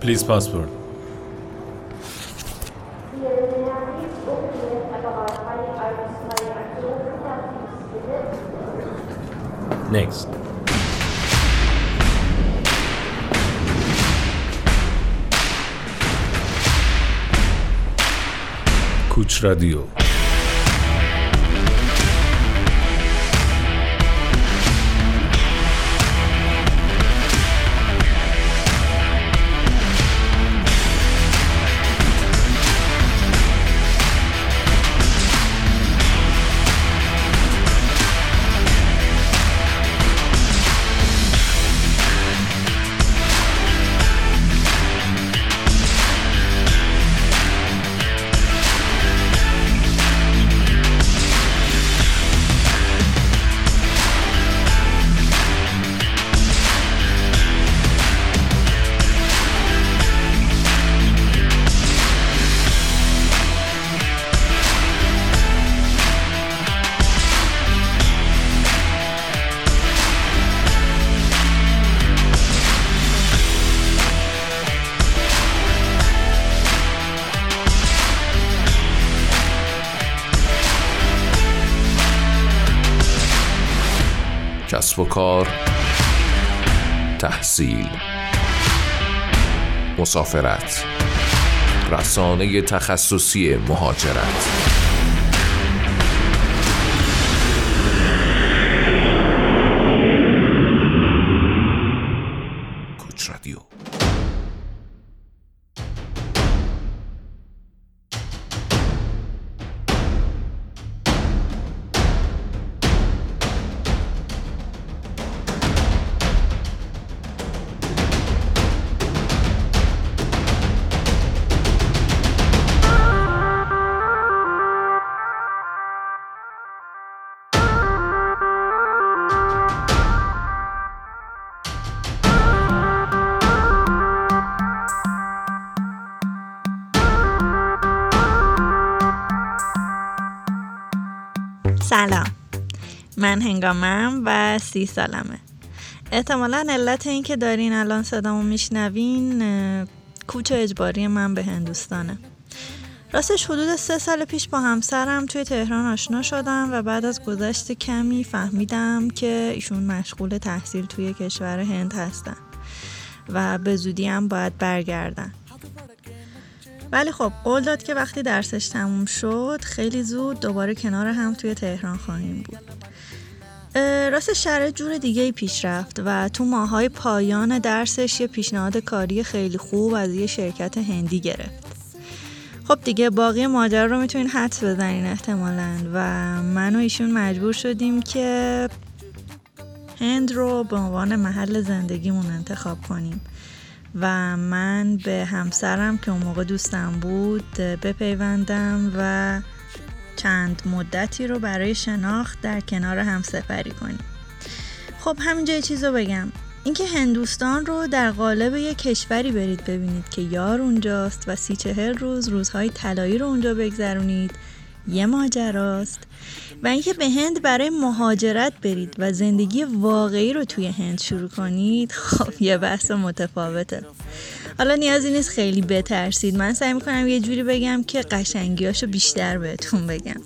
Please passport. Next. کوچ رادیو. کسب و کار، تحصیل، مسافرت، رسانه تخصصی مهاجرت. کوچ رادیو. سلام، من هنگامم و 30 سالمه. احتمالاً علت این که دارین الان صدامو میشنوین کوچ اجباری من به هندوستانه. راستش حدود 3 سال پیش با همسرم توی تهران آشنا شدم و بعد از گذشت کمی فهمیدم که ایشون مشغول تحصیل توی کشور هند هستن و به زودی هم باید برگردن. ولی خب قول داد که وقتی درسش تموم شد خیلی زود دوباره کنار هم توی تهران خواهیم بود. راست شرایط جور دیگه‌ای پیش رفت و تو ماهای پایان درسش یه پیشنهاد کاری خیلی خوب از یه شرکت هندی گرفت. خب دیگه باقی ماجرا رو میتونین حدس بزنین احتمالاً و من و ایشون مجبور شدیم که هند رو به عنوان محل زندگیمون انتخاب کنیم و من به همسرم که اون موقع دوستم بود بپیوندم و چند مدتی رو برای شناخت در کنار هم سپری کنیم. خب همینجا یه چیز رو بگم، اینکه هندوستان رو در قالب یک کشوری برید ببینید که یار اونجاست و 30-40 روز روزهای طلایی رو اونجا بگذرونید یه ماجراست، و اینکه به هند برای مهاجرت برید و زندگی واقعی رو توی هند شروع کنید خب یه بحث متفاوته. حالا نیازی نیست خیلی بترسید، من سعی میکنم یه جوری بگم که قشنگیاشو بیشتر بهتون بگم.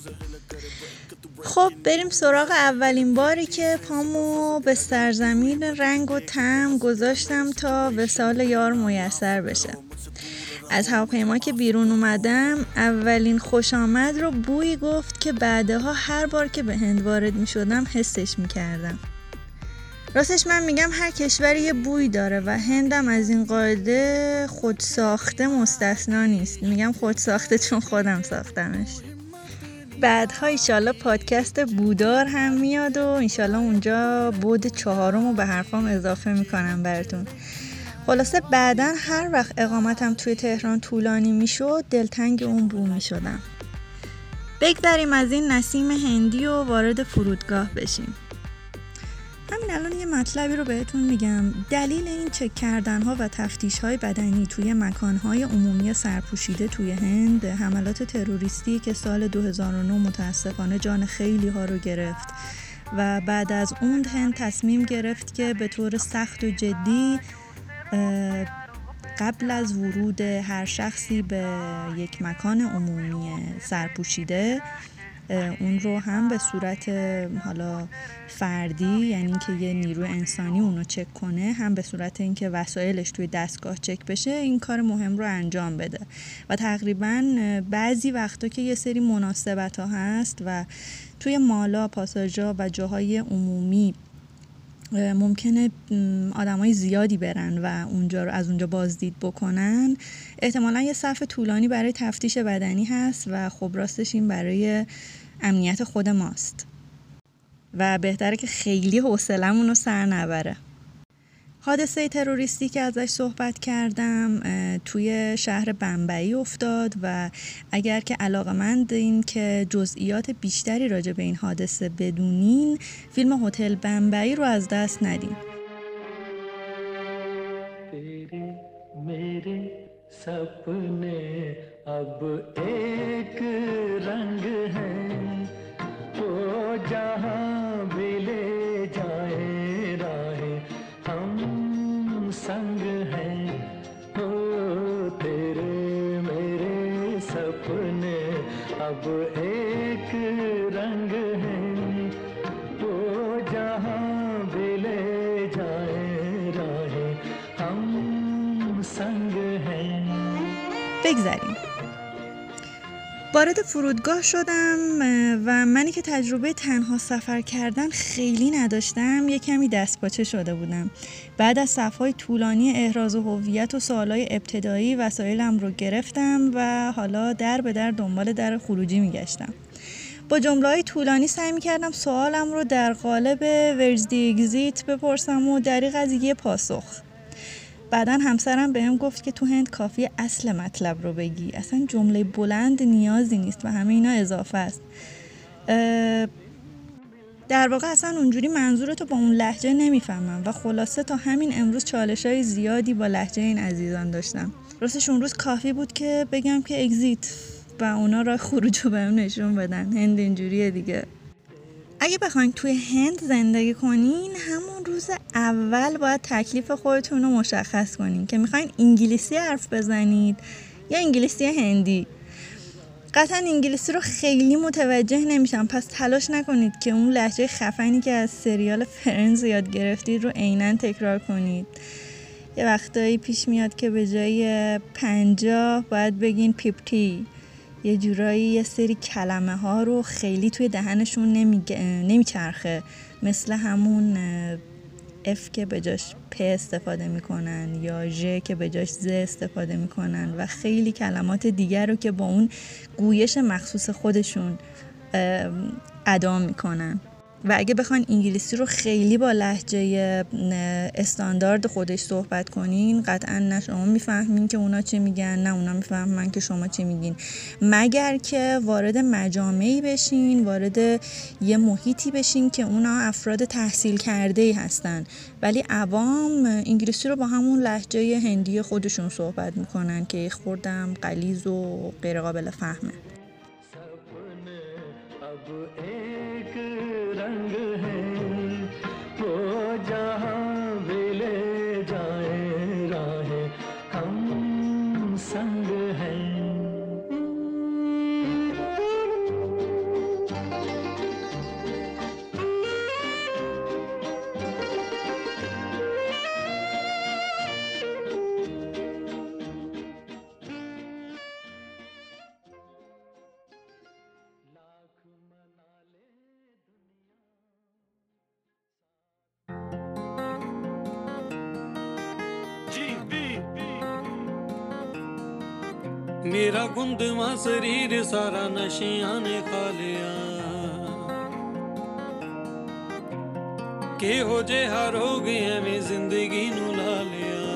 خب بریم سراغ اولین باری که پامو به سرزمین رنگ و طعم گذاشتم تا وصال یار میسر بشه. از هواپیما که بیرون اومدم اولین خوش آمد رو بویی گفت که بعدها هر بار که به هند وارد می شدم حسش می کردم. راستش من میگم هر کشوری یه بوی داره و هندم از این قاعده خود ساخته مستثنا نیست. میگم خود ساخته چون خودم ساختمش. بعدها ایشالله پادکست بودار هم میاد و ایشالله اونجا بود 4 رو به حرفام اضافه میکنم براتون. خلاصه بعدن هر وقت اقامتم توی تهران طولانی میشد دلتنگ اون بو میشدم. بگذاریم از این نسیم هندی و وارد فرودگاه بشیم. همین الان یه مطلبی رو بهتون میگم. دلیل این چک کردن‌ها و تفتیش‌های بدنی توی مکان‌های عمومی سرپوشیده توی هند حملات تروریستی که سال 2009 متاسفانه جان خیلی ها رو گرفت و بعد از اون هند تصمیم گرفت که به طور سخت و جدی قبل از ورود هر شخصی به یک مکان عمومی سرپوشیده اون رو هم به صورت حالا فردی، یعنی که یه نیروی انسانی اونو چک کنه، هم به صورت اینکه وسایلش توی دستگاه چک بشه، این کار مهم رو انجام بده. و تقریباً بعضی وقتا که یه سری مناسبت ها هست و توی مالا، پاساژا و جاهای عمومی ممکنه آدمای زیادی برن و اونجا رو از اونجا بازدید بکنن، احتمالاً یه صف طولانی برای تفتیش بدنی هست و خب راستش این برای امنیت خود ماست و بهتره که خیلی حوصله‌مون رو سر نبره. حادثه تروریستی که ازش صحبت کردم توی شهر بمبئی افتاد و اگر که علاقه‌مند این که جزئیات بیشتری راجع به این حادثه بدونین، فیلم هتل بمبئی رو از دست ندین. मेरे सपने अब एक रंग हैं वो जहां भी ले जाए राहें हम संग हैं हो तेरे मेरे सपने अब एक रंग हैं वो जहां भी ले जाए राहें हम संग हैं. بگذاریم. وارد فرودگاه شدم و منی که تجربه تنها سفر کردن خیلی نداشتم یه کمی دستپاچه شده بودم. بعد از صف‌های طولانی احراز هویت و سوالای ابتدایی وسایلم رو گرفتم و حالا در به در دنبال در خروجی میگشتم. با جمله‌های طولانی سعی می‌کردم سوالم رو در قالب ورز دی اگزیت بپرسم و دریغ از یه پاسخ. بعداً همسرم بهم گفت که تو هند کافیه اصل مطلب رو بگی، اصلا جمله بلند نیازی نیست و همه اینا اضافه است. در واقع اصلا اونجوری منظورتو با اون لهجه نمیفهمم و خلاصه تا همین امروز چالش‌های زیادی با لهجه این عزیزان داشتم. راستش اون روز کافی بود که بگم که اگزیت و اونا راه خروج رو بهم نشون بدن. هند اینجوریه دیگه. اگه بخواین توی هند زندگی کنین، همون روز اول باید تکلیف خودتون رو مشخص کنین که میخواین انگلیسی حرف بزنید یا انگلیسی هندی. قطعا انگلیسی رو خیلی متوجه نمیشم، پس تلاش نکنید که اون لهجه خفنی که از سریال فرندز یاد گرفتید رو عیناً تکرار کنید. یه وقتایی پیش میاد که به جای 50 باید بگین 50. یه جورایی یه سری کلمه ها رو خیلی توی دهنشون نمیچرخه، مثل همون اف که به جاش پ استفاده میکنن یا ژ که به جاش ز استفاده میکنن و خیلی کلمات دیگر رو که با اون گویش مخصوص خودشون ادا میکنن. و اگه بخواین انگلیسی رو خیلی با لهجه استاندارد خودش صحبت کنین، قطعا نه شما میفهمین که اونا چی میگن، نه اونا میفهمن که شما چی میگین، مگر که وارد مجامعی بشین، وارد یه محیطی بشین که اونا افراد تحصیل کرده‌ای هستن، ولی عوام انگلیسی رو با همون لهجه هندی خودشون صحبت میکنن که خوردم غلیظ و غیر قابل فهمه. रंग है वो जहां भी ले जाए राहें हम संग हैं. मेरा गुंदमा शरीर सारा नशियां ने खा लिया के हो जे हार हो गए मैं जिंदगी नू ला लिया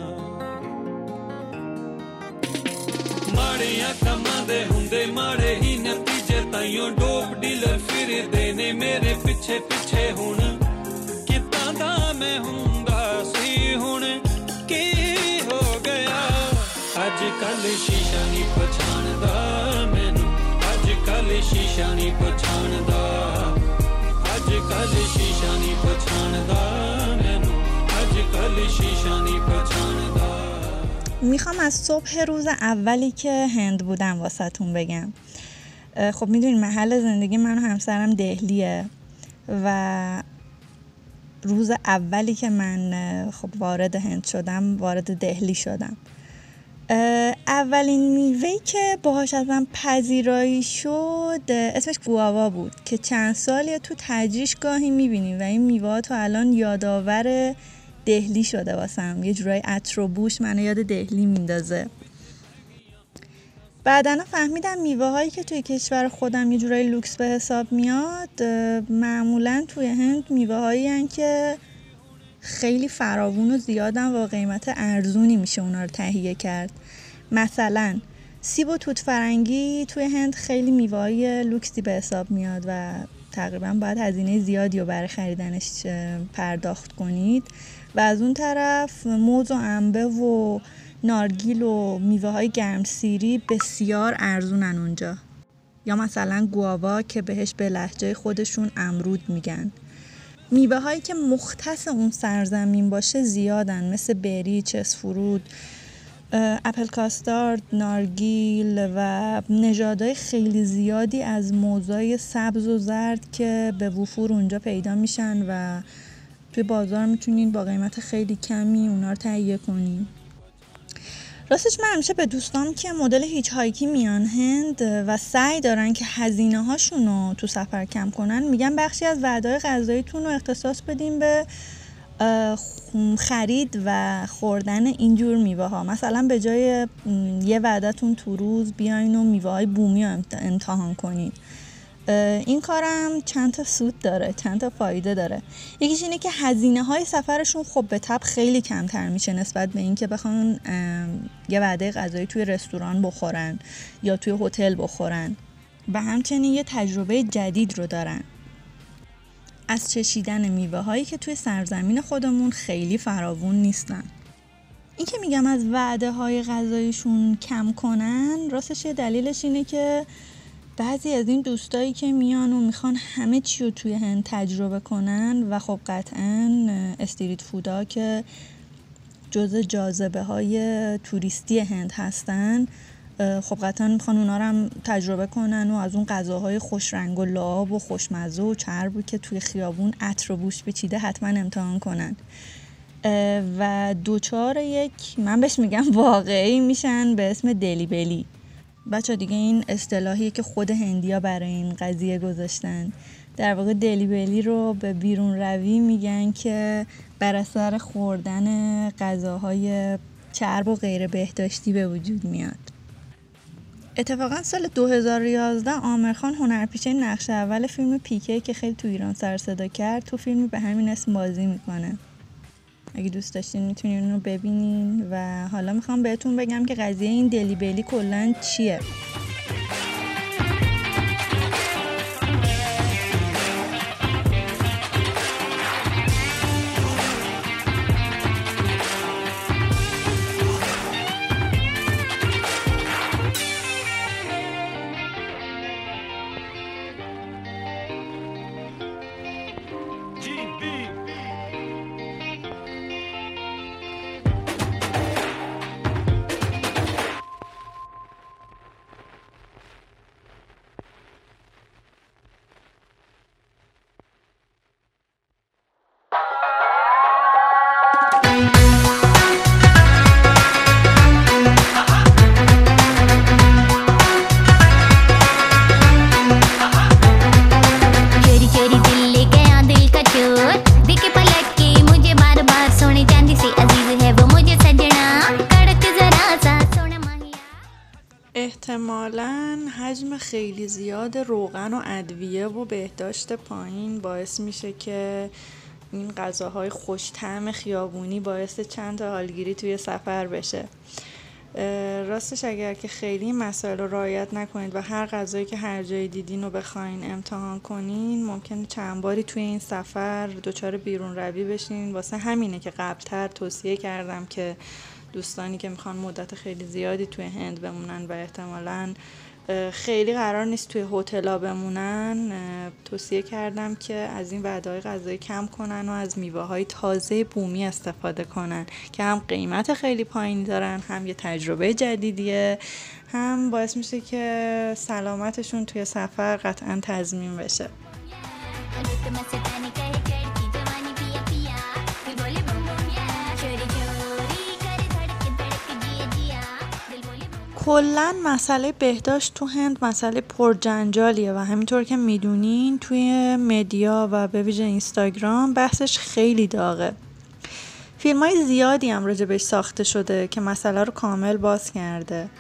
माड़ियां कमां दे हुंदे माड़े ही नतीजे ताइयों डोप डीलर फिर देने मेरे पिछे पिछे हुण कितां दा मैं हुंदा सी हुण की हो गया अज कल शीशा नहीं पछाणदा मैनू अज कल शीशा नहीं पछाणदा अज कल शीशा नहीं पछाणदा मैनू अज कल शीशा नहीं पछाणदा میخوام از صبح روز اولی که هند بودم واسهتون بگم. خب میدونین محل زندگی من و همسرم دهلیه و روز اولی که من خب وارد هند شدم، وارد دهلی شدم، اولین میوهی که باهاش ازم پذیرایی شد اسمش گواوا بود که چند سالیه تو تجریش گاهی میبینیم و این میوه تا الان یادآور دهلی شده واسم. یه جورای عطر و بوش منو یاد دهلی میندازه. بعداً فهمیدم میوه هایی که توی کشور خودم یه جورای لوکس به حساب میاد معمولاً توی هند میوه هایی هن که خیلی فراوون و زیادن و قیمت ارزونی میشه اونا رو تهیه کرد. مثلا سیب و توت فرنگی توی هند خیلی میوه های لوکسی به حساب میاد و تقریبا باید هزینه زیادی رو برای خریدنش پرداخت کنید و از اون طرف موز و انبه و نارگیل و میوه های گرمسیری بسیار ارزونن اونجا. یا مثلا گواوا که بهش به لهجه خودشون امرود میگن. میوه هایی که مختص اون سرزمین باشه زیادن، مثل بری، چسفرود، اپل کاستارد، نارگیل و نژادهای خیلی زیادی از موزای سبز و زرد که به وفور اونجا پیدا میشن و توی بازار میتونین با قیمت خیلی کمی اونا رو تهیه کنین. راستش من همیشه به دوستام که مدل هیچ هایکی میان هند و سعی دارن که هزینه هاشون رو تو سفر کم کنن، میگن بخشی از وعده‌های غذاییتون رو اختصاص بدین به خرید و خوردن اینجور میوه ها. مثلا به جای یه وعده‌تون تو روز بیاین و میوه های بومی رو امتحان کنید. این کارم چند تا سود داره، چند تا فایده داره. یکیش اینه که هزینه های سفرشون خب به طب خیلی کمتر میشه نسبت به این که بخوان یه وعده غذایی توی رستوران بخورن یا توی هتل بخورن و همچنین یه تجربه جدید رو دارن از چشیدن میوه هایی که توی سرزمین خودمون خیلی فراوون نیستن. این که میگم از وعده های غذاییشون کم کنن، راستش یه دلیلش اینه که بعضی از این دوستایی که میان و میخوان همه چی رو توی هند تجربه کنن و خب قطعاً استریت فودا که جزء جاذبه های توریستی هند هستن، خب قطعاً میخوان اونا رو هم تجربه کنن و از اون غذاهای خوش رنگ و لعاب و خوشمزه و چربی که توی خیابون عطر و بوش پیچیده حتما امتحان کنن و دوچار یک، من بهش میگم واقعی میشن، به اسم دلی بلی. بچه دیگه این اصطلاحیه که خود هندیا برای این قضیه گذاشتن. در واقع دلی بلی رو به بیرون روی میگن که بر اثر خوردن غذاهای چرب و غیر بهداشتی به وجود میاد. اتفاقا سال 2011 عامر خان هنرپیشه نقش اول فیلم پیکه که خیلی تو ایران سر صدا کرد تو فیلمی به همین اسم بازی میکنه. اگه دوست داشتین میتونین اونو ببینین. و حالا میخوام بهتون بگم که قضیه این دلی بلی کلن چیه. احتمالاً حجم خیلی زیاد روغن و ادویه و بهداشت پایین باعث میشه که این غذاهای خوش طعم خیابونی باعث چند تا حالگیری توی سفر بشه. راستش اگر که خیلی این مسائل رو رعایت نکنید و هر غذایی که هر جایی دیدین رو بخواین امتحان کنین، ممکنه چند باری توی این سفر دچار بیرون روی بشین. واسه همینه که قبلتر توصیه کردم که دوستانی که میخوان مدت خیلی زیادی توی هند بمونن و احتمالاً خیلی قرار نیست توی هتل‌ها بمونن، توصیه کردم که از این وعده‌های غذایی کم کنن و از میوه‌های تازه بومی استفاده کنن که هم قیمت خیلی پایینی دارن، هم یه تجربه جدیدیه، هم باعث میشه که سلامتشون توی سفر قطعاً تضمین بشه. کلاً مسئله بهداشت تو هند مسئله پرجنجالیه و همینطور که میدونین توی مدیا و به ویژه اینستاگرام بحثش خیلی داغه. فیلم‌های زیادی هم راجبش ساخته شده که مسئله رو کامل باز کرده.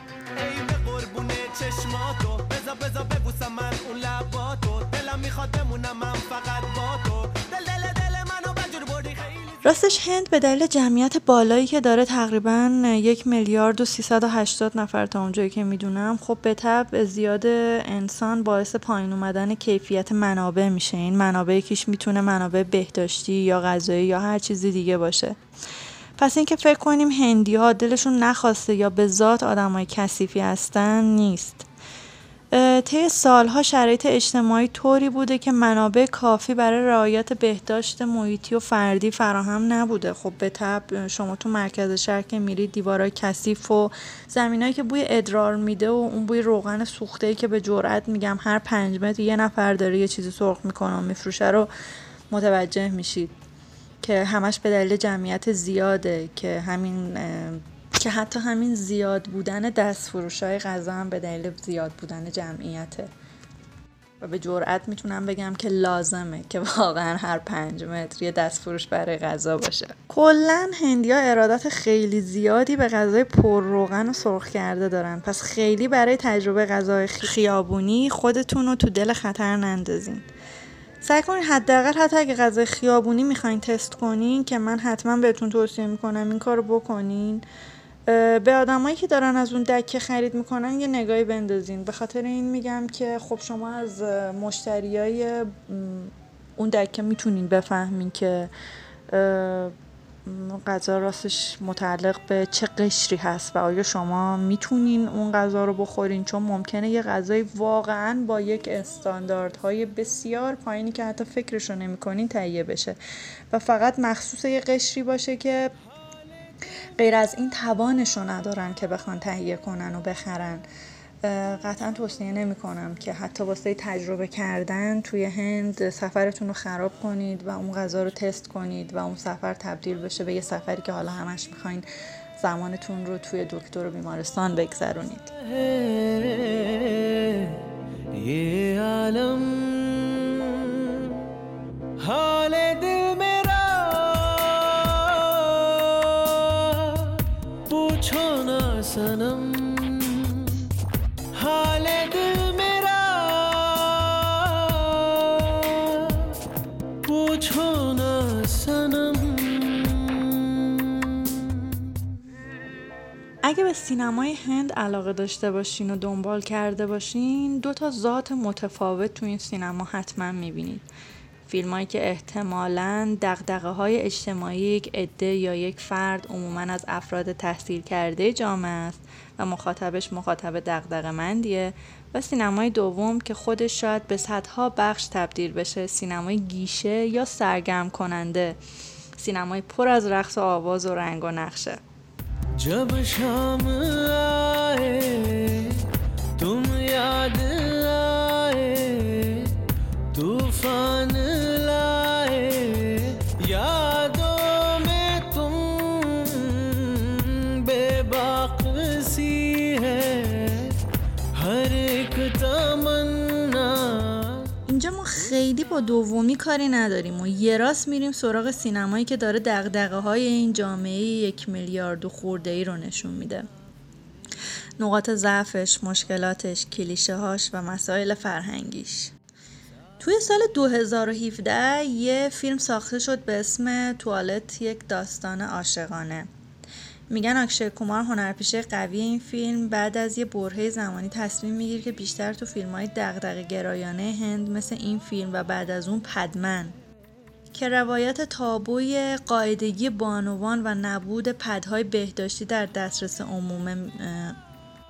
راستش هند به دلیل جمعیت بالایی که داره تقریباً 1,380,000,000 تا اونجایی که میدونم، خب به طبع زیاد انسان باعث پایین اومدن کیفیت منابع میشه. این منابعی که میتونه منابع بهداشتی یا غذایی یا هر چیزی دیگه باشه. پس این که فکر کنیم هندی‌ها دلشون نخواسته یا به ذات آدمای کثیفی هستن نیست. طی سالها شرایط اجتماعی طوری بوده که منابع کافی برای رعایت بهداشت محیطی و فردی فراهم نبوده. خب به طبع شما تو مرکز شهر که میرید دیوارای کثیف و زمینایی که بوی ادرار میده و اون بوی روغن سوخته‌ای که به جرئت میگم هر 5 متر یه نفر داره یه چیزی سرخ میکنه و میفروشه رو متوجه میشید که همش به دلیل جمعیت زیاده که حتی همین زیاد بودن دستفروشای غذا هم به دلیل زیاد بودن جمعیته و به جرئت میتونم بگم که لازمه که واقعا هر 5 متر یه دستفروش برای غذا باشه. کلاً هندی‌ها ارادت خیلی زیادی به غذای پر روغن و سرخ کرده دارن، پس خیلی برای تجربه غذای خیابونی خودتون رو تو دل خطر نندازین. سعی کنین حداقل حتی اگه غذای خیابونی میخواین تست کنین که من حتما بهتون توصیه میکنم این کارو بکنین، به آدمایی که دارن از اون دکه خرید میکنن یه نگاهی بندازین. به خاطر این میگم که خب شما از مشتریای اون دکه میتونین بفهمین که غذا راستش متعلق به چه قشری هست و آیا شما میتونین اون غذا رو بخورین، چون ممکنه یه غذای واقعاً با یک استانداردهای بسیار پایینی که حتی فکرشو نمی‌کنین تهیه بشه و فقط مخصوص یه قشری باشه که غیر از این توانشو ندارن که بخوان تهیه کنن و بخرن. قطعا توصیه نمی کنم که حتی واسه تجربه کردن توی هند سفرتون رو خراب کنید و اون غذا رو تست کنید و اون سفر تبدیل بشه به یه سفری که حالا همش میخواین زمانتون رو توی دکتر و بیمارستان بگذرونید. یه عالم حال دل میرا پوچھو نا سنم حال دل میرا پوچھو نا سنم. اگه به سینمای هند علاقه داشته باشین و دنبال کرده باشین 2 ذات متفاوت تو این سینما حتما میبینید. فیلمایی که احتمالاً دغدغه‌های اجتماعی یک عده یا یک فرد عموماً از افراد تحصیل کرده جامعه است و مخاطبش مخاطب دغدغه‌مندیه، و سینمای دوم که خودش شاید به صدها بخش تبدیل بشه، سینمای گیشه یا سرگرم کننده، سینمای پر از رقص و آواز و رنگ و نقشه. जब शाम आए तुम याद आए तूफान लाए यादों में तुम बेबाक सी है हर एक तमन्ना. اینجا ما خیلی با دومی کاری نداریم و یه راست میریم سراغ سینمایی که داره دغدغه‌های این جامعه 1 میلیارد خورده‌ای رو نشون میده. نقاط ضعفش، مشکلاتش، کلیشه‌هاش و مسائل فرهنگیش. توی سال 2017 یه فیلم ساخته شد به اسم توالت یک داستان عاشقانه. میگن اکشای کومار هنرپیشه قوی این فیلم بعد از یه برهه زمانی تصمیم میگیره که بیشتر تو فیلم‌های دغدغه گرایانه هند مثل این فیلم و بعد از اون پدمن که روایت تابوی قاعدگی بانوان و نبود پدهای بهداشتی در دسترس عموم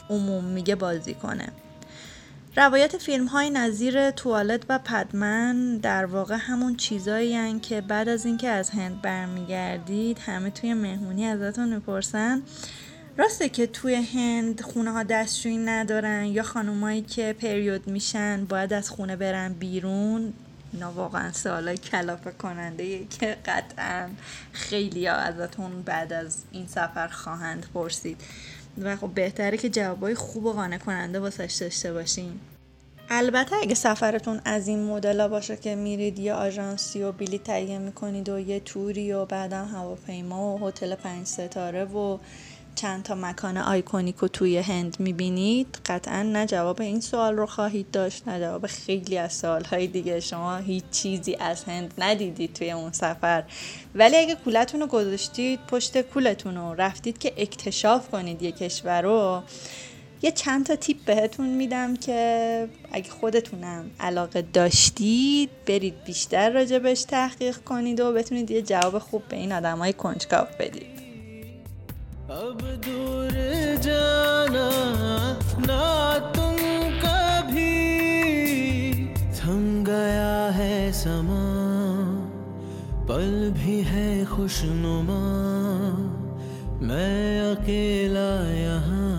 عموم میگه بازی کنه. روایت فیلم های نظیر توالت و پدمن در واقع همون چیزایی هن که بعد از اینکه از هند برمیگردید همه توی مهمونی ازتون میپرسن راسته که توی هند خونه ها دستشویی ندارن یا خانومایی که پریود میشن باید از خونه برن بیرون؟ اینا واقعا سوالای کلافه کننده که قطعا خیلی ها ازتون بعد از این سفر خواهند پرسید و خب بهتره که جوابای خوب و قانع کننده واسش داشته باشین. البته اگه سفرتون از این مدل باشه که میرید یه آژانسی و بلیط تهیه میکنید و یه توری و بعدم هواپیما و هتل 5 ستاره و چند تا مکان آیکونیک رو توی هند میبینید، قطعا نه جواب این سوال رو خواهید داشت نه جواب خیلی از سوالهای دیگه. شما هیچ چیزی از هند ندیدید توی اون سفر، ولی اگه کولتون رو گذاشتید پشت کولتون رو رفتید که اکتشاف کنید یه کشور رو، یه چند تا تیپ بهتون میدم که اگه خودتونم علاقه داشتید برید بیشتر راجبش تحقیق کنید و بتونید یه جواب خوب به این آدمای کنجکاو بدید. अब दूर जाना ना तुम कभी, थम गया है समा पल भी है खुशनुमा, मैं अकेला यहाँ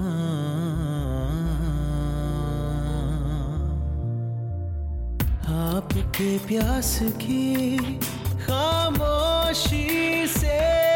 आपके प्यास की खामोशी से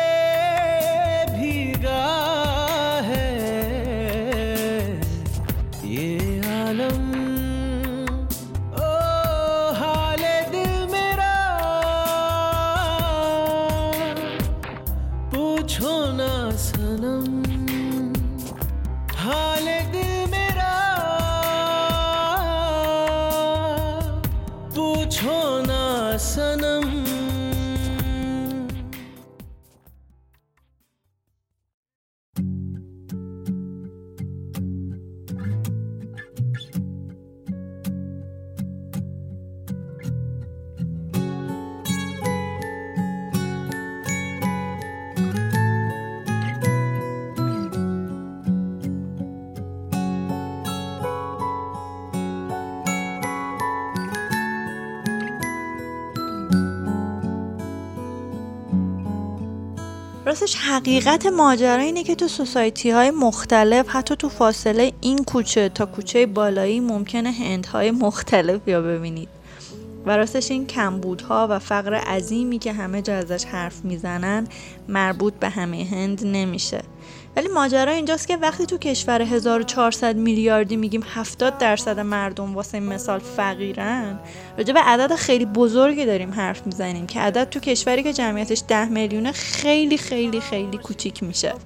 راستش حقیقت ماجرا اینه که تو سوسایتی های مختلف حتی تو فاصله این کوچه تا کوچه بالایی ممکنه هندهای مختلف یا ببینید و راستش این کمبودها و فقر عظیمی که همه جا ازش حرف میزنن مربوط به همه هند نمیشه. ولی ماجرا اینجاست که وقتی تو کشور 1400 میلیاردی میگیم 70% مردم واسه مثال فقیرن، راجع به عدد خیلی بزرگی داریم حرف میزنیم که عدد تو کشوری که جمعیتش 10 میلیونه خیلی خیلی خیلی کوچیک میشه.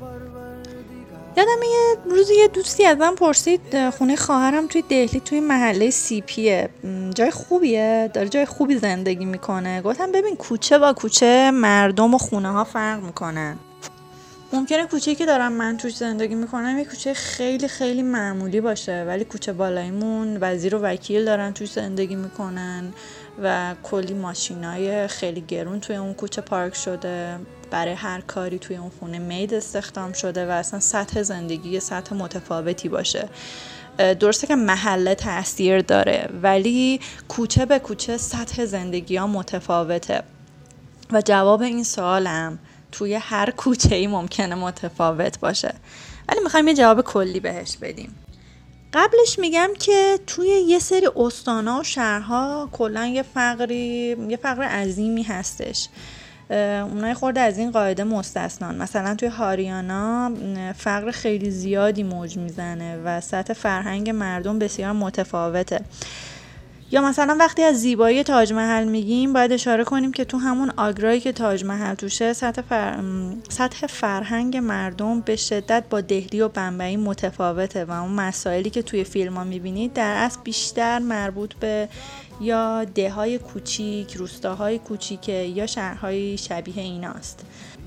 یادم یه روزی یه دوستی ازم پرسید خونه خواهرم توی دهلی توی محله CPه، جای خوبیه؟ داره جای خوبی زندگی میکنه؟ گفتم ببین کوچه با کوچه مردم و خونه ها فرق میکنن. ممکنه کوچه‌ای که دارم من توش زندگی میکنم یه کوچه خیلی خیلی معمولی باشه، ولی کوچه بالاییمون وزیر و وکیل دارن توش زندگی میکنن و کلی ماشینای خیلی گرون توی اون کوچه پارک شده، برای هر کاری توی اون خونه مید استخدام شده و اصلا سطح زندگی سطح متفاوتی باشه. درسته که محله تأثیر داره ولی کوچه به کوچه سطح زندگی ها متفاوته و جواب این سوالم توی هر کوچه‌ای ممکنه متفاوت باشه، ولی میخوایم یه جواب کلی بهش بدیم. قبلش میگم که توی یه سری استان‌ها و شهرها کلاً یه فقر عظیمی هستش. اونای خورده از این قاعده مستثنان. مثلا توی هاریانا فقر خیلی زیادی موج میزنه و سطح فرهنگ مردم بسیار متفاوته. یا مثلا وقتی از زیبایی تاج محل میگیم باید اشاره کنیم که تو همون آگرایی که تاج محل توشه سطح فرهنگ مردم به شدت با دهلی و بمبئی متفاوته و اون مسائلی که توی فیلم ها میبینید در اصل بیشتر مربوط به یا دههای کوچیک، روستاهای کوچیک یا شهرهای شبیه ایناست.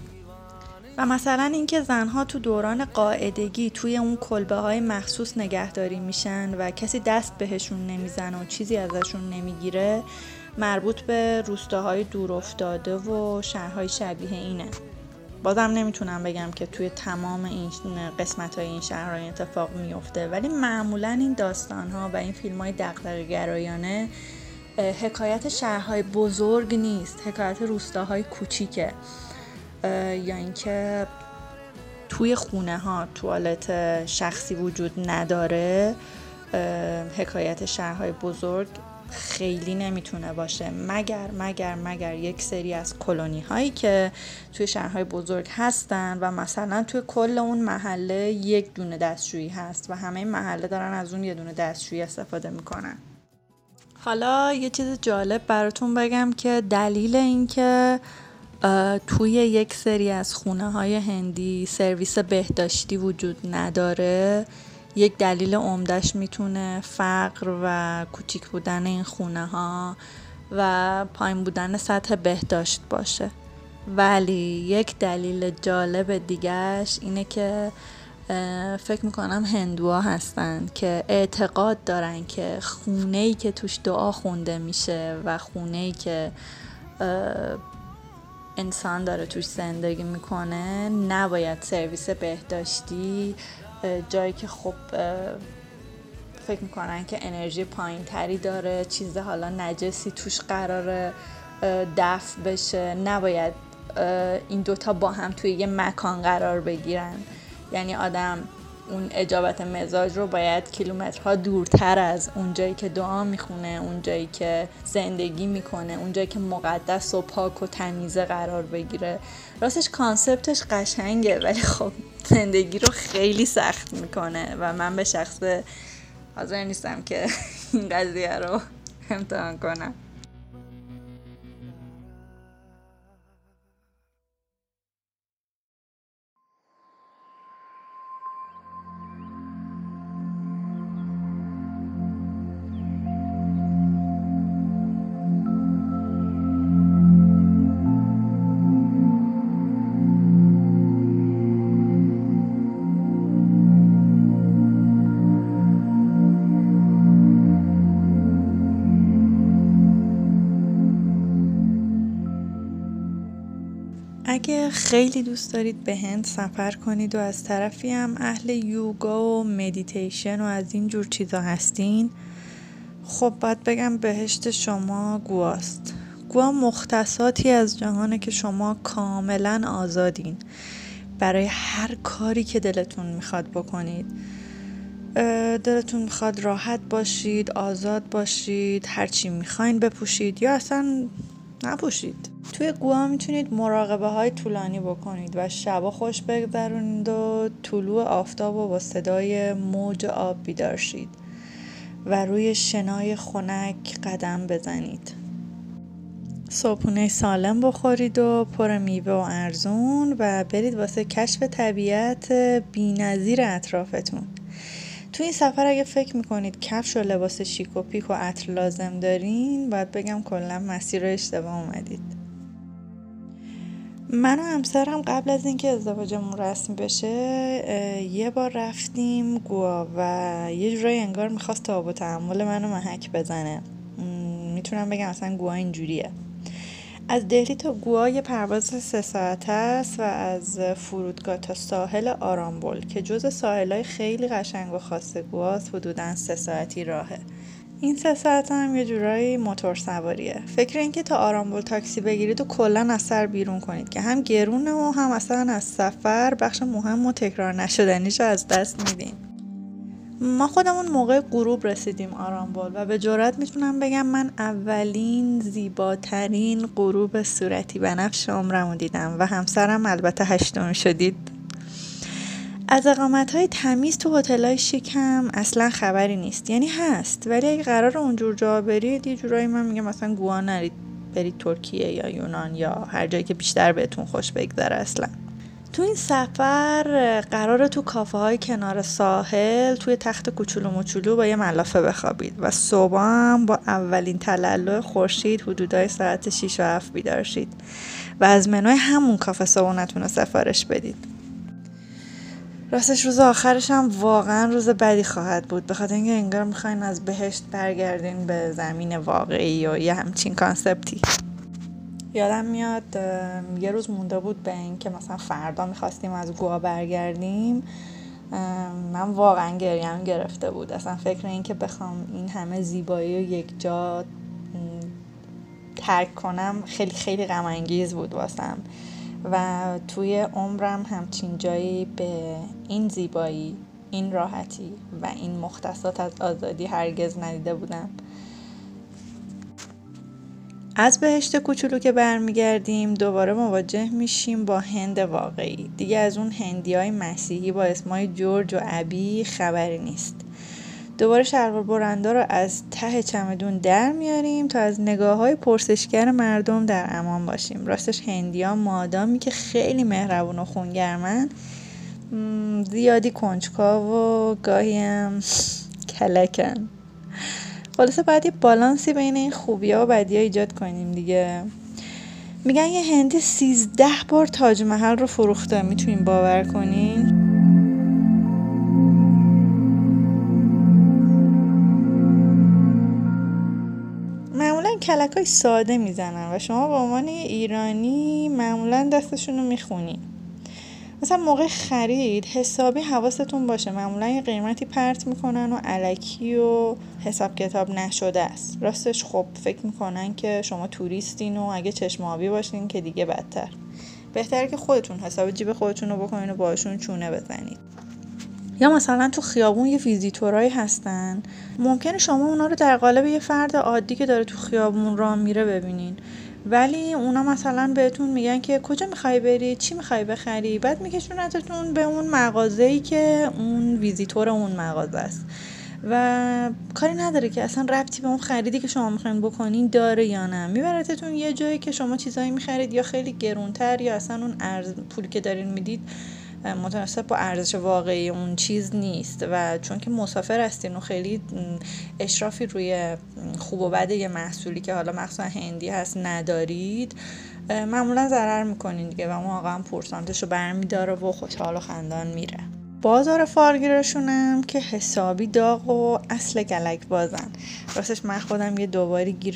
و مثلا اینکه زنها تو دوران قاعدگی توی اون کلبه های مخصوص نگهداری میشن و کسی دست بهشون نمیزنه و چیزی ازشون نمیگیره مربوط به روستاهای دور افتاده و شهرهای شبیه اینه. بازم نمیتونم بگم که توی تمام این قسمت‌های این شهرها این اتفاق میفته، ولی معمولا این داستان‌ها و این فیلم‌های دغدغه‌گرایانه حکایت شهرهای بزرگ نیست، حکایت روستاهای کوچیکه، یا اینکه توی خونه ها توالت شخصی وجود نداره. حکایت شهرهای بزرگ خیلی نمیتونه باشه مگر یک سری از کلونی هایی که توی شهرهای بزرگ هستن و مثلا توی کل اون محله یک دونه دستشویی هست و همه محله دارن از اون یه دونه دستشویی استفاده میکنن. حالا یه چیز جالب براتون بگم که دلیل این که توی یک سری از خونه های هندی سرویس بهداشتی وجود نداره، یک دلیل عمده‌اش میتونه فقر و کوچیک بودن این خونه ها و پایین بودن سطح بهداشت باشه. ولی یک دلیل جالب دیگهش اینه که فکر میکنم هندوها هستن که اعتقاد دارن که خونه‌ای که توش دعا خونده میشه و خونه‌ای که انسان داره توش زندگی میکنه نباید سرویس بهداشتی، جایی که خب فکر میکنن که انرژی پایین تری داره، چیز حالا نجسی توش قراره دفع بشه، نباید این دوتا با هم توی یه مکان قرار بگیرن. یعنی آدم اون اجابت مزاج رو باید کیلومترها دورتر از اون جایی که دعا میخونه، اون جایی که زندگی میکنه، اون جایی که مقدس و پاک و تمیزه قرار بگیره. راستش کانسپتش قشنگه ولی خب زندگی رو خیلی سخت میکنه و من به شخص حاضر نیستم که این قضیه رو امتحان کنم. اگه خیلی دوست دارید به هند سفر کنید و از طرفی هم اهل یوگا و مدیتیشن و از این جور چیزا هستین، خب باید بگم بهشت شما گواست. گوا مختصاتی از جهانه که شما کاملا آزادین برای هر کاری که دلتون میخواد بکنید. دلتون میخواد راحت باشید، آزاد باشید، هرچی میخواین بپوشید یا اصلا نپوشید. توی گوا میتونید مراقبه های طولانی بکنید و شبا خوش بگذرونید و طلوع آفتاب و با صدای موج آب بیدار شید و روی شنای خنک قدم بزنید. صبحونه سالم بخورید و پر میوه و ارزون و برید واسه کشف طبیعت بی‌نظیر اطرافتون. تو این سفر اگه فکر میکنید کفش و لباس شیک و پیک و عطر لازم دارین، باید بگم کلا مسیر رو اشتباه اومدید. من و همسرم قبل از اینکه ازدواجمون رسمی بشه یه بار رفتیم گوا و یه جورایی انگار میخواست تاب و تحمل منو محک بزنه. میتونم بگم اصلا گوا اینجوریه. از دهلی تا گوا یه پرواز 3 ساعته است و از فرودگاه تا ساحل آرامبول که جزء ساحل‌های خیلی قشنگ و خاص گواست حدوداً 3 ساعتی راهه. این 3 ساعت هم یه جورایی موتور سواریه. فکر این که تا آرامبول تاکسی بگیرید و کلاً از سر بیرون کنید که هم گرونه و هم اصلا از سفر بخش مهم و تکرار نشدنیشو از دست میدین. ما خودمون موقع غروب رسیدیم آرامبول و به جرئت میتونم بگم من اولین زیباترین غروب صورتی بنفش عمرمو دیدم و همسرم البته 8م شدید. از اقامت‌های تمیز تو هتل‌های شیک هم اصلا خبری نیست. یعنی هست ولی اگه قرار اونجور جا برید یه جورایی من میگم مثلا گوا نرید، برید ترکیه یا یونان یا هر جایی که بیشتر بهتون خوش بگذره. اصلا تو این سفر قراره تو کافه های کنار ساحل توی تخت کوچولو موچولو با یه ملافه بخوابید و صبح هم با اولین تلالو خورشید حدودای ساعت 6 و 7 بیدار شید و از منوی همون کافه صبحونتون رو سفارش بدید. راستش روز آخرش هم واقعا روز بدی خواهد بود، به خاطر اینکه انگار میخواین از بهشت برگردین به زمین واقعی و یه همچین کانسپتی. یادم میاد یه روز مونده بود به این که مثلا فردا میخواستیم از گوا برگردیم، من واقعا گریم گرفته بود. اصلا فکر این که بخوام این همه زیبایی رو یک جا ترک کنم خیلی خیلی غم انگیز بود واسم و توی عمرم همچین جایی به این زیبایی، این راحتی و این مختصات از آزادی هرگز ندیده بودم. از بهشت کوچولو که برمیگردیم دوباره مواجه میشیم با هند واقعی. دیگه از اون هندیای مسیحی با اسمای جورج و ابی خبری نیست. دوباره شلوار برنده رو از ته چمدون در میاریم تا از نگاه‌های پرسشگر مردم در امان باشیم. راستش هندی‌ها مادامی که خیلی مهربون و خونگرمن، زیادی کنجکاو و گاهی هم کلکن. خلاصه باید یه بالانسی بین این خوبی‌ها و بدی‌ها ایجاد کنیم دیگه. میگن یه هندی 13 بار تاج محل رو فروخته، میتونین باور کنین؟ معمولا کلکای ساده میزنن و شما به عنوان ایرانی معمولا دستشون رو میخونین. مثلا موقع خرید حسابی حواستون باشه، معمولا یه قیمتی پرت میکنن و الکی و حساب کتاب نشده است. راستش خب فکر میکنن که شما توریستین و اگه چشم آبی باشین که دیگه بدتر. بهتره که خودتون حساب جیب خودتون رو بکنین و باشون چونه بزنید. یا مثلا تو خیابون یه ویزیتورایی هستن، ممکنه شما اونا رو در قالب یه فرد عادی که داره تو خیابون راه میره ببینین، ولی اونا مثلا بهتون میگن که کجا میخوای بری، چی میخوای بخری، بعد میکشونتتون به اون مغازه‌ای که اون ویزیتور اون مغازه است و کاری نداره که اصلا ربطی به اون خریدی که شما میخواین بکنین داره یا نه. میبرتتون یه جایی که شما چیزایی میخرید یا خیلی گرونتر یا اصلا اون پولی که دارین میدید متناسب با ارزش واقعی اون چیز نیست و چون که مسافر هستین و خیلی اشرافی روی خوب و بد یه محصولی که حالا مخصوصا هندی هست ندارید، معمولا ضرر میکنین دیگه و اون آقا هم پورسانتشو برمیداره و خوشحال و خندان میره. بازار فالگیرشونم که حسابی داغ و اصل گلک بازن. راستش من خودم یه دوباری گیر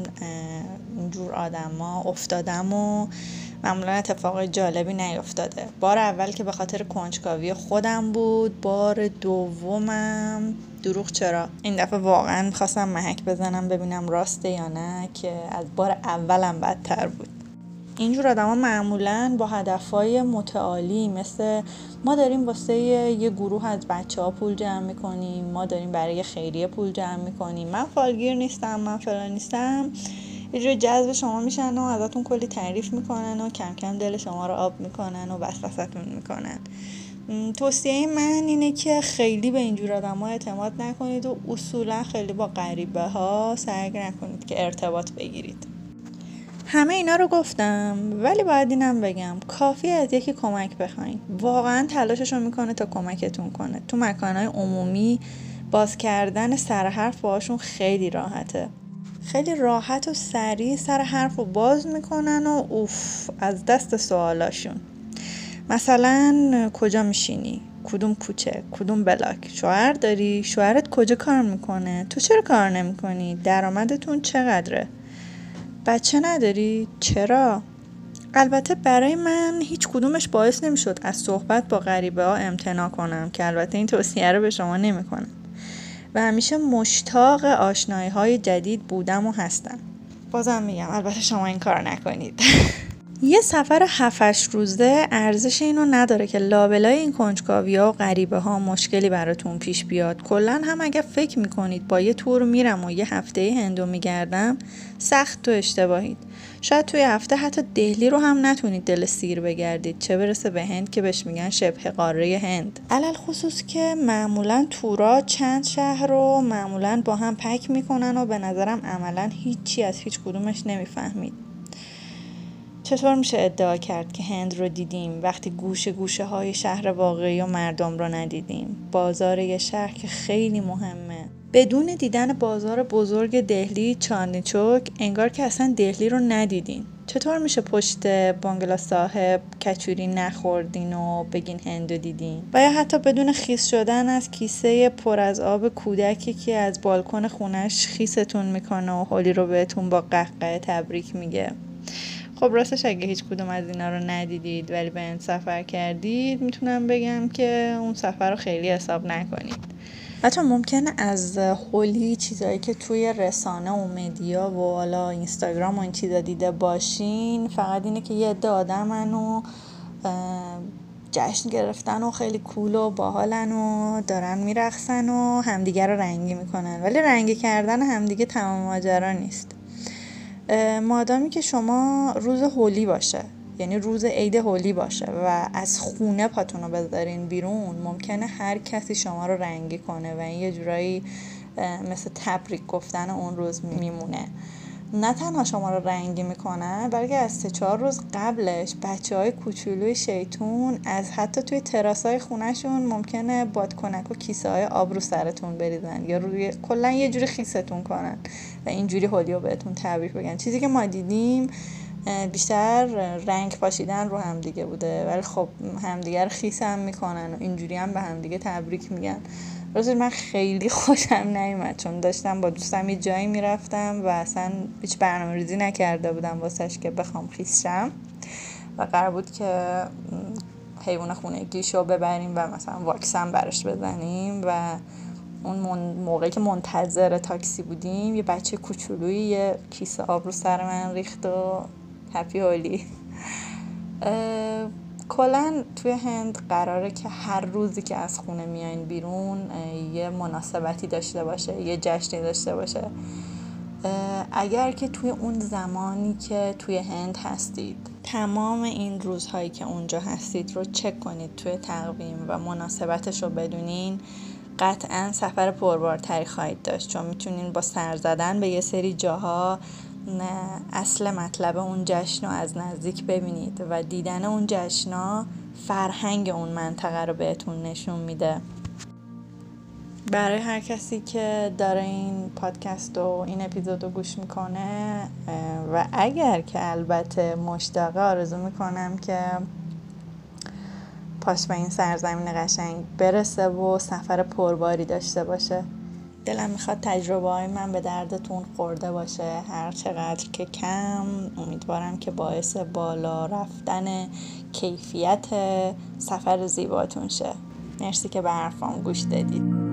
اینجور آدما افتادم و معمولا اتفاق جالبی نیفتاده. بار اول که به خاطر کنجکاوی خودم بود، بار دومم دروغ چرا، این دفعه واقعا میخواستم محک بزنم ببینم راسته یا نه که از بار اولم بدتر بود. اینجور آدم ها معمولاً با هدفهای متعالی، مثل ما داریم واسه یه گروه از بچه ها پول جمع میکنیم، ما داریم برای خیریه پول جمع میکنیم، من فالگیر نیستم، من فلان نیستم، یه جور جذب شما میشن و ازتون کلی تعریف میکنن و کم کم دل شما رو آب میکنن و وسوسه‌تون میکنن. توصیه من اینه که خیلی به اینجور آدم ها اعتماد نکنید و اصولا خیلی با غریبه ها سعی نکنید که ارتباط بگیرید. همه اینا رو گفتم ولی باید اینم بگم کافی از یکی کمک بخواین. واقعا تلاششو میکنه تا کمکتون کنه. تو مکانهای عمومی باز کردن سر حرف باهاشون خیلی راحته. خیلی راحت و سریع سر حرف رو باز میکنن و اوف از دست سوالاشون. مثلا کجا میشینی؟ کدوم کوچه؟ کدوم بلاک؟ شوهر داری؟ شوهرت کجا کار میکنه؟ تو چرا کار نمیکنی؟ درآمدتون چقدره؟ بچه نداری؟ چرا؟ البته برای من هیچ کدومش باعث نمیشد از صحبت با غریبه ها امتناع کنم که البته این توصیه رو به شما نمی کنم و همیشه مشتاق آشنایی های جدید بودم و هستم. بازم میگم البته شما این کار نکنید. یه سفر 7-8 روزه ارزش اینو نداره که لابلای این کنجکاوی ها و غریبه ها مشکلی براتون پیش بیاد. کلن هم اگه فکر میکنید با یه تور میرم و یه هفته هندو میگردم، سخت تو اشتباهید. شاید توی هفته حتی دهلی رو هم نتونید دل سیر بگردید، چه برسه به هند که بهش میگن شبه قاره هند. علل خصوص که معمولا تورا چند شهر رو معمولا با هم پک میکنن و به نظرم عملا هیچی از هیچ کدومش نمیفهمید. چطور میشه ادعا کرد که هند رو دیدیم وقتی گوشه های شهر واقعی و مردم رو ندیدیم؟ بازار یه شهر که خیلی مهمه. بدون دیدن بازار بزرگ دهلی چاندنی چوک انگار که اصلا دهلی رو ندیدین. چطور میشه پشت بانگلا صاحب کچوری نخوردین و بگین هند رو دیدین؟ و یا حتی بدون خیس شدن از کیسه پر از آب کودکی که از بالکن خونش خیستون میکنه و هولی رو بهتون با قهقه تبریک میگه. خب راستش اگه هیچ کدوم از اینا رو ندیدید ولی به هند سفر کردید، میتونم بگم که اون سفر رو خیلی حساب نکنید. بچه ممکنه از هولی چیزایی که توی رسانه و مدیا و حالا اینستاگرام و این چیزا دیده باشین فقط اینه که یه عده آدمن و جشن گرفتن و خیلی کول و باحالن و دارن میرقصن و همدیگه رو رنگی میکنن، ولی رنگی کردن همدیگه تمام ماجرا نیست. مادامی که شما روز هولی باشه، یعنی روز عید هولی باشه و از خونه پاتون رو بذارین بیرون، ممکنه هر کسی شما رو رنگی کنه و این یه جورایی مثل تبریک گفتن اون روز میمونه. نه تنها شما رو رنگی میکنن، بلکه از 3-4 روز قبلش بچه‌های کوچولوی شیطون از حتی توی تراسای خونهشون ممکنه بادکنک و کیسه های آب رو سرتون بریزن یا روی کلا یه جوری خیستون کنن و اینجوری هولی رو بهتون تبریک بگن. چیزی که ما دیدیم بیشتر رنگ پاشیدن رو همدیگه بوده، ولی خب همدیگه رو خیس هم میکنن و اینجوری هم به همدیگه تبریک میگن. راستش من خیلی خوشم نیومد، چون داشتم با دوستم یه جایی میرفتم و اصلا هیچ برنامه‌ریزی نکرده بودم واسش که بخوام خیس شم و قرار بود که حیوان خونگیشو ببریم و مثلا واکسن براش بزنیم و اون موقعی که منتظر تاکسی بودیم یه بچه کوچولویی یه کیسه آب رو سر من ریخت و هپی هولی. کلن توی هند قراره که هر روزی که از خونه میاین بیرون یه مناسبتی داشته باشه، یه جشنی داشته باشه. اگر که توی اون زمانی که توی هند هستید تمام این روزهایی که اونجا هستید رو چک کنید توی تقویم و مناسبتش رو بدونین، قطعاً سفر پربارتری خواهید داشت، چون میتونین با سر زدن به یه سری جاها اصل مطلب اون جشن رو از نزدیک ببینید و دیدن اون جشن‌ها فرهنگ اون منطقه رو بهتون نشون میده. برای هر کسی که داره این پادکست و این اپیزود رو گوش میکنه و اگر که البته مشتاقه، آرزو میکنم که پاش به این سرزمین قشنگ برسه و سفر پرباری داشته باشه. دلم میخواد تجربه های من به دردتون خورده باشه، هر چقدر که کم. امیدوارم که باعث بالا رفتن کیفیت سفر زیباتون شه. مرسی که به حرفام گوش دادید.